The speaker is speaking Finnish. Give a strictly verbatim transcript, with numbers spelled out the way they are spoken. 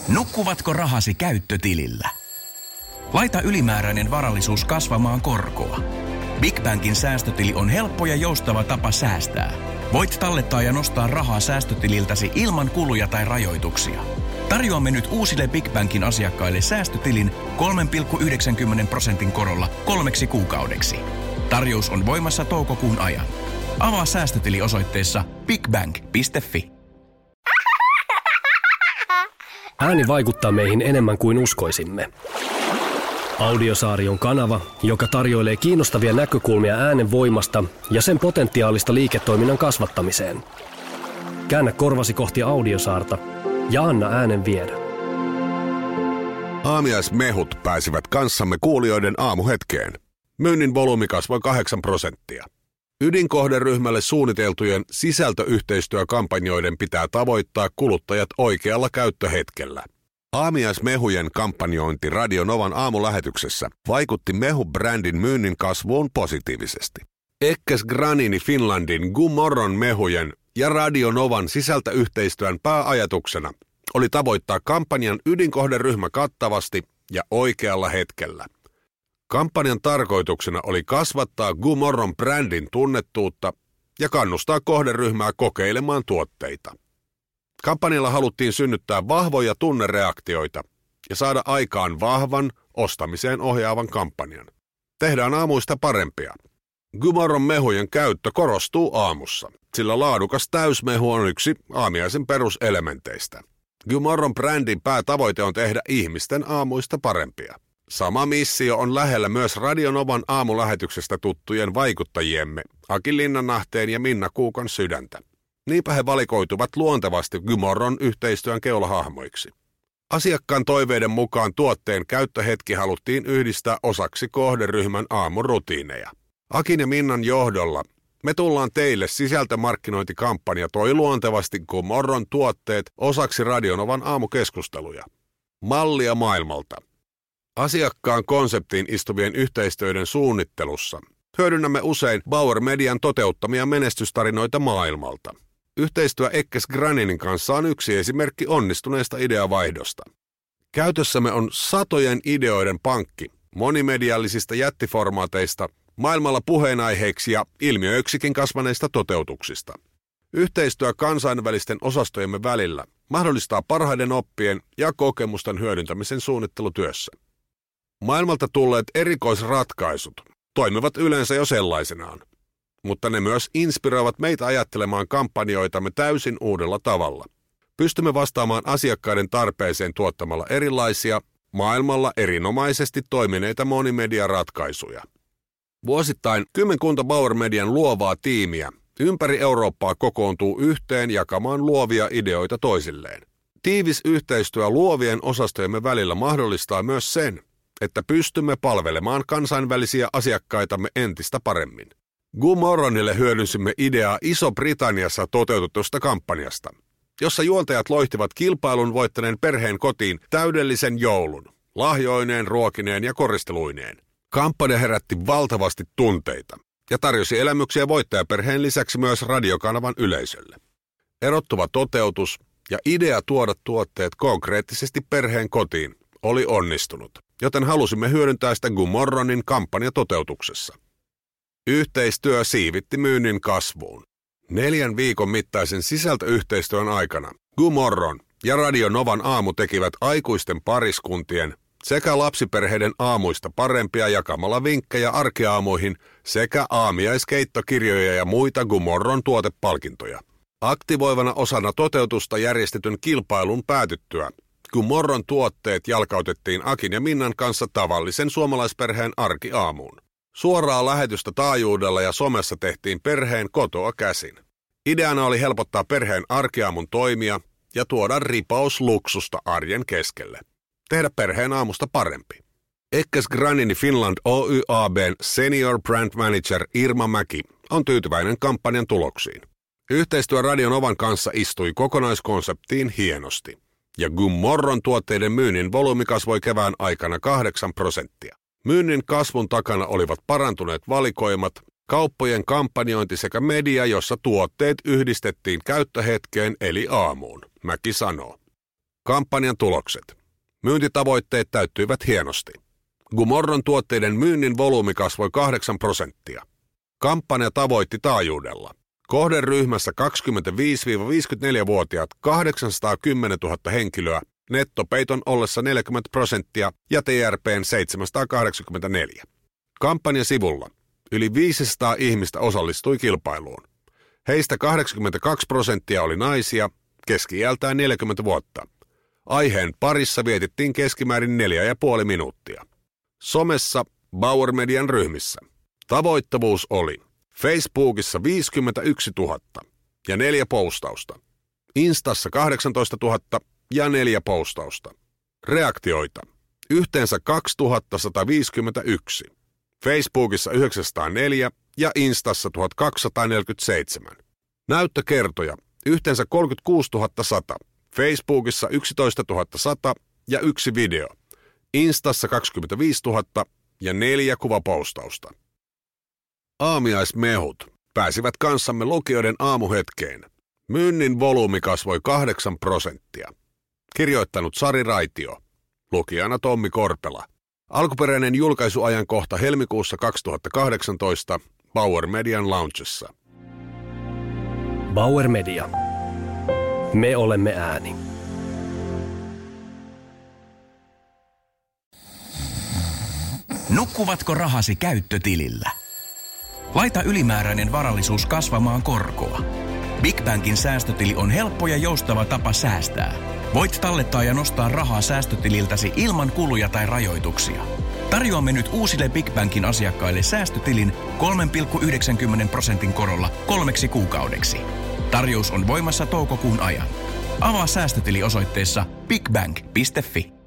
Nukkuvatko rahasi käyttötilillä? Laita ylimääräinen varallisuus kasvamaan korkoa. Big Bankin säästötili on helppo ja joustava tapa säästää. Voit tallettaa ja nostaa rahaa säästötililtäsi ilman kuluja tai rajoituksia. Tarjoamme nyt uusille Big Bankin asiakkaille säästötilin kolme pilkku yhdeksänkymmentä prosentin korolla kolmeksi kuukaudeksi. Tarjous on voimassa toukokuun ajan. Avaa säästötili osoitteessa bigbank piste fi. Ääni vaikuttaa meihin enemmän kuin uskoisimme. Audiosaari on kanava, joka tarjoilee kiinnostavia näkökulmia äänen voimasta ja sen potentiaalista liiketoiminnan kasvattamiseen. Käännä korvasi kohti Audiosaarta ja anna äänen viedä. Aamiaismehut pääsivät kanssamme kuulijoiden aamuhetkeen. Myynnin volyymi kasvoi kahdeksan prosenttia. Ydinkohderyhmälle suunniteltujen sisältöyhteistyökampanjoiden pitää tavoittaa kuluttajat oikealla käyttöhetkellä. Aamiaismehujen kampanjointi Radio Novan aamulähetyksessä vaikutti mehubrändin myynnin kasvuun positiivisesti. Ekkes Granini Finlandin Gumorron mehujen ja Radio Novan sisältöyhteistyön pääajatuksena oli tavoittaa kampanjan ydinkohderyhmä kattavasti ja oikealla hetkellä. Kampanjan tarkoituksena oli kasvattaa Gumorron brändin tunnettuutta ja kannustaa kohderyhmää kokeilemaan tuotteita. Kampanjalla haluttiin synnyttää vahvoja tunnereaktioita ja saada aikaan vahvan, ostamiseen ohjaavan kampanjan. Tehdään aamuista parempia. Gumorron mehujen käyttö korostuu aamussa, sillä laadukas täysmehu on yksi aamiaisen peruselementeistä. Gumorron brändin päätavoite on tehdä ihmisten aamuista parempia. Sama missio on lähellä myös Radio Novan aamulähetyksestä tuttujen vaikuttajiemme Aki Linnanahteen ja Minna Kuukan sydäntä. Niinpä he valikoituvat luontevasti Gumorron yhteistyön keulahahmoiksi. Asiakkaan toiveiden mukaan tuotteen käyttöhetki haluttiin yhdistää osaksi kohderyhmän aamurutiineja. Akin ja Minnan johdolla Me tullaan teille sisältömarkkinointikampanja toi luontevasti Gumorron tuotteet osaksi Radio Novan aamukeskusteluja. Mallia maailmalta. Asiakkaan konseptiin istuvien yhteistyöiden suunnittelussa hyödynnämme usein Bauer Median toteuttamia menestystarinoita maailmalta. Yhteistyö Ekkes Graninin kanssa on yksi esimerkki onnistuneesta ideavaihdosta. Käytössämme on satojen ideoiden pankki monimediallisista jättiformaateista maailmalla puheenaiheiksi ja ilmiöiksikin kasvaneista toteutuksista. Yhteistyö kansainvälisten osastojemme välillä mahdollistaa parhaiden oppien ja kokemusten hyödyntämisen suunnittelutyössä. Maailmalta tulleet erikoisratkaisut toimivat yleensä jo sellaisenaan, mutta ne myös inspiroivat meitä ajattelemaan kampanjoitamme täysin uudella tavalla. Pystymme vastaamaan asiakkaiden tarpeeseen tuottamalla erilaisia, maailmalla erinomaisesti toimineita monimediaratkaisuja. Vuosittain kymmenkunta Bauer Median luovaa tiimiä ympäri Eurooppaa kokoontuu yhteen jakamaan luovia ideoita toisilleen. Tiivis yhteistyö luovien osastojemme välillä mahdollistaa myös sen, että pystymme palvelemaan kansainvälisiä asiakkaitamme entistä paremmin. Gumorronille hyödynsimme ideaa Iso-Britanniassa toteutetusta kampanjasta, jossa juontajat loihtivat kilpailun voittaneen perheen kotiin täydellisen joulun, lahjoineen, ruokineen ja koristeluineen. Kampanja herätti valtavasti tunteita ja tarjosi elämyksiä voittajaperheen lisäksi myös radiokanavan yleisölle. Erottuva toteutus ja idea tuoda tuotteet konkreettisesti perheen kotiin oli onnistunut, joten halusimme hyödyntää sitä Gumorronin kampanjatoteutuksessa. Yhteistyö siivitti myynnin kasvuun. Neljän viikon mittaisen sisältöyhteistyön aikana Gumorron ja Radio Novan aamu tekivät aikuisten pariskuntien sekä lapsiperheiden aamuista parempia jakamalla vinkkejä arkiaamuihin sekä aamiaiskeittokirjoja ja muita Gumorron tuotepalkintoja. Aktivoivana osana toteutusta järjestetyn kilpailun päätyttyä Gumorron tuotteet jalkautettiin Akin ja Minnan kanssa tavallisen suomalaisperheen arkiaamuun. Suoraa lähetystä taajuudella ja somessa tehtiin perheen kotoa käsin. Ideana oli helpottaa perheen arkiaamun toimia ja tuoda ripaus luksusta arjen keskelle. Tehdä perheen aamusta parempi. Ekkes Granini Finland Oy A B:n Senior Brand Manager Irma Mäki on tyytyväinen kampanjan tuloksiin. Yhteistyö Radio Novan kanssa istui kokonaiskonseptiin hienosti, ja Gumorron tuotteiden myynnin volyymi kasvoi kevään aikana kahdeksan prosenttia. Myynnin kasvun takana olivat parantuneet valikoimat, kauppojen kampanjointi sekä media, jossa tuotteet yhdistettiin käyttöhetkeen eli aamuun, Mäki sanoo. Kampanjan tulokset. Myyntitavoitteet täyttyivät hienosti. Gumorron tuotteiden myynnin volyymi kasvoi kahdeksan prosenttia. Kampanja tavoitti taajuudella. Kohderyhmässä kaksikymmentäviisi–viisikymmentäneljä-vuotiaat kahdeksansataakymmentätuhatta henkilöä, nettopeiton ollessa neljäkymmentä prosenttia ja T R P:n seitsemänsataakahdeksankymmentäneljä. Kampanjan sivulla yli viisisataa ihmistä osallistui kilpailuun. Heistä kahdeksankymmentäkaksi prosenttia oli naisia, keski-iältään neljäkymmentä vuotta. Aiheen parissa vietettiin keskimäärin neljä ja puoli minuuttia. Somessa Bauer Median ryhmissä. Tavoittavuus oli Facebookissa viisikymmentäyksituhatta ja neljä postausta. Instassa kahdeksantoistatuhatta ja neljä postausta. Reaktioita. Yhteensä kaksituhattasataviisikymmentäyksi. Facebookissa yhdeksänsataaneljä ja Instassa tuhatkaksisataaneljäkymmentäseitsemän. Näyttökertoja. Yhteensä kolmekymmentäkuusituhatta sata. Facebookissa yksitoistatuhatta sata ja yksi video. Instassa kaksikymmentäviisituhatta ja neljä kuvapostausta. Aamiaismehut pääsivät kanssamme lukijoiden aamuhetkeen. Myynnin volyymi kasvoi kahdeksan prosenttia. Kirjoittanut Sari Raitio. Lukijana Tommi Korpela. Alkuperäinen julkaisuajankohta helmikuussa kaksituhattakahdeksantoista Bauer Median Loungessa. Bauer Media. Me olemme ääni. Nukkuvatko rahasi käyttötilillä? Laita ylimääräinen varallisuus kasvamaan korkoa. Big Bankin säästötili on helppo ja joustava tapa säästää. Voit tallettaa ja nostaa rahaa säästötililtäsi ilman kuluja tai rajoituksia. Tarjoamme nyt uusille Big Bankin asiakkaille säästötilin kolme pilkku yhdeksänkymmentä prosentin korolla kolmeksi kuukaudeksi. Tarjous on voimassa toukokuun ajan. Avaa säästötili osoitteessa bigbank piste fi.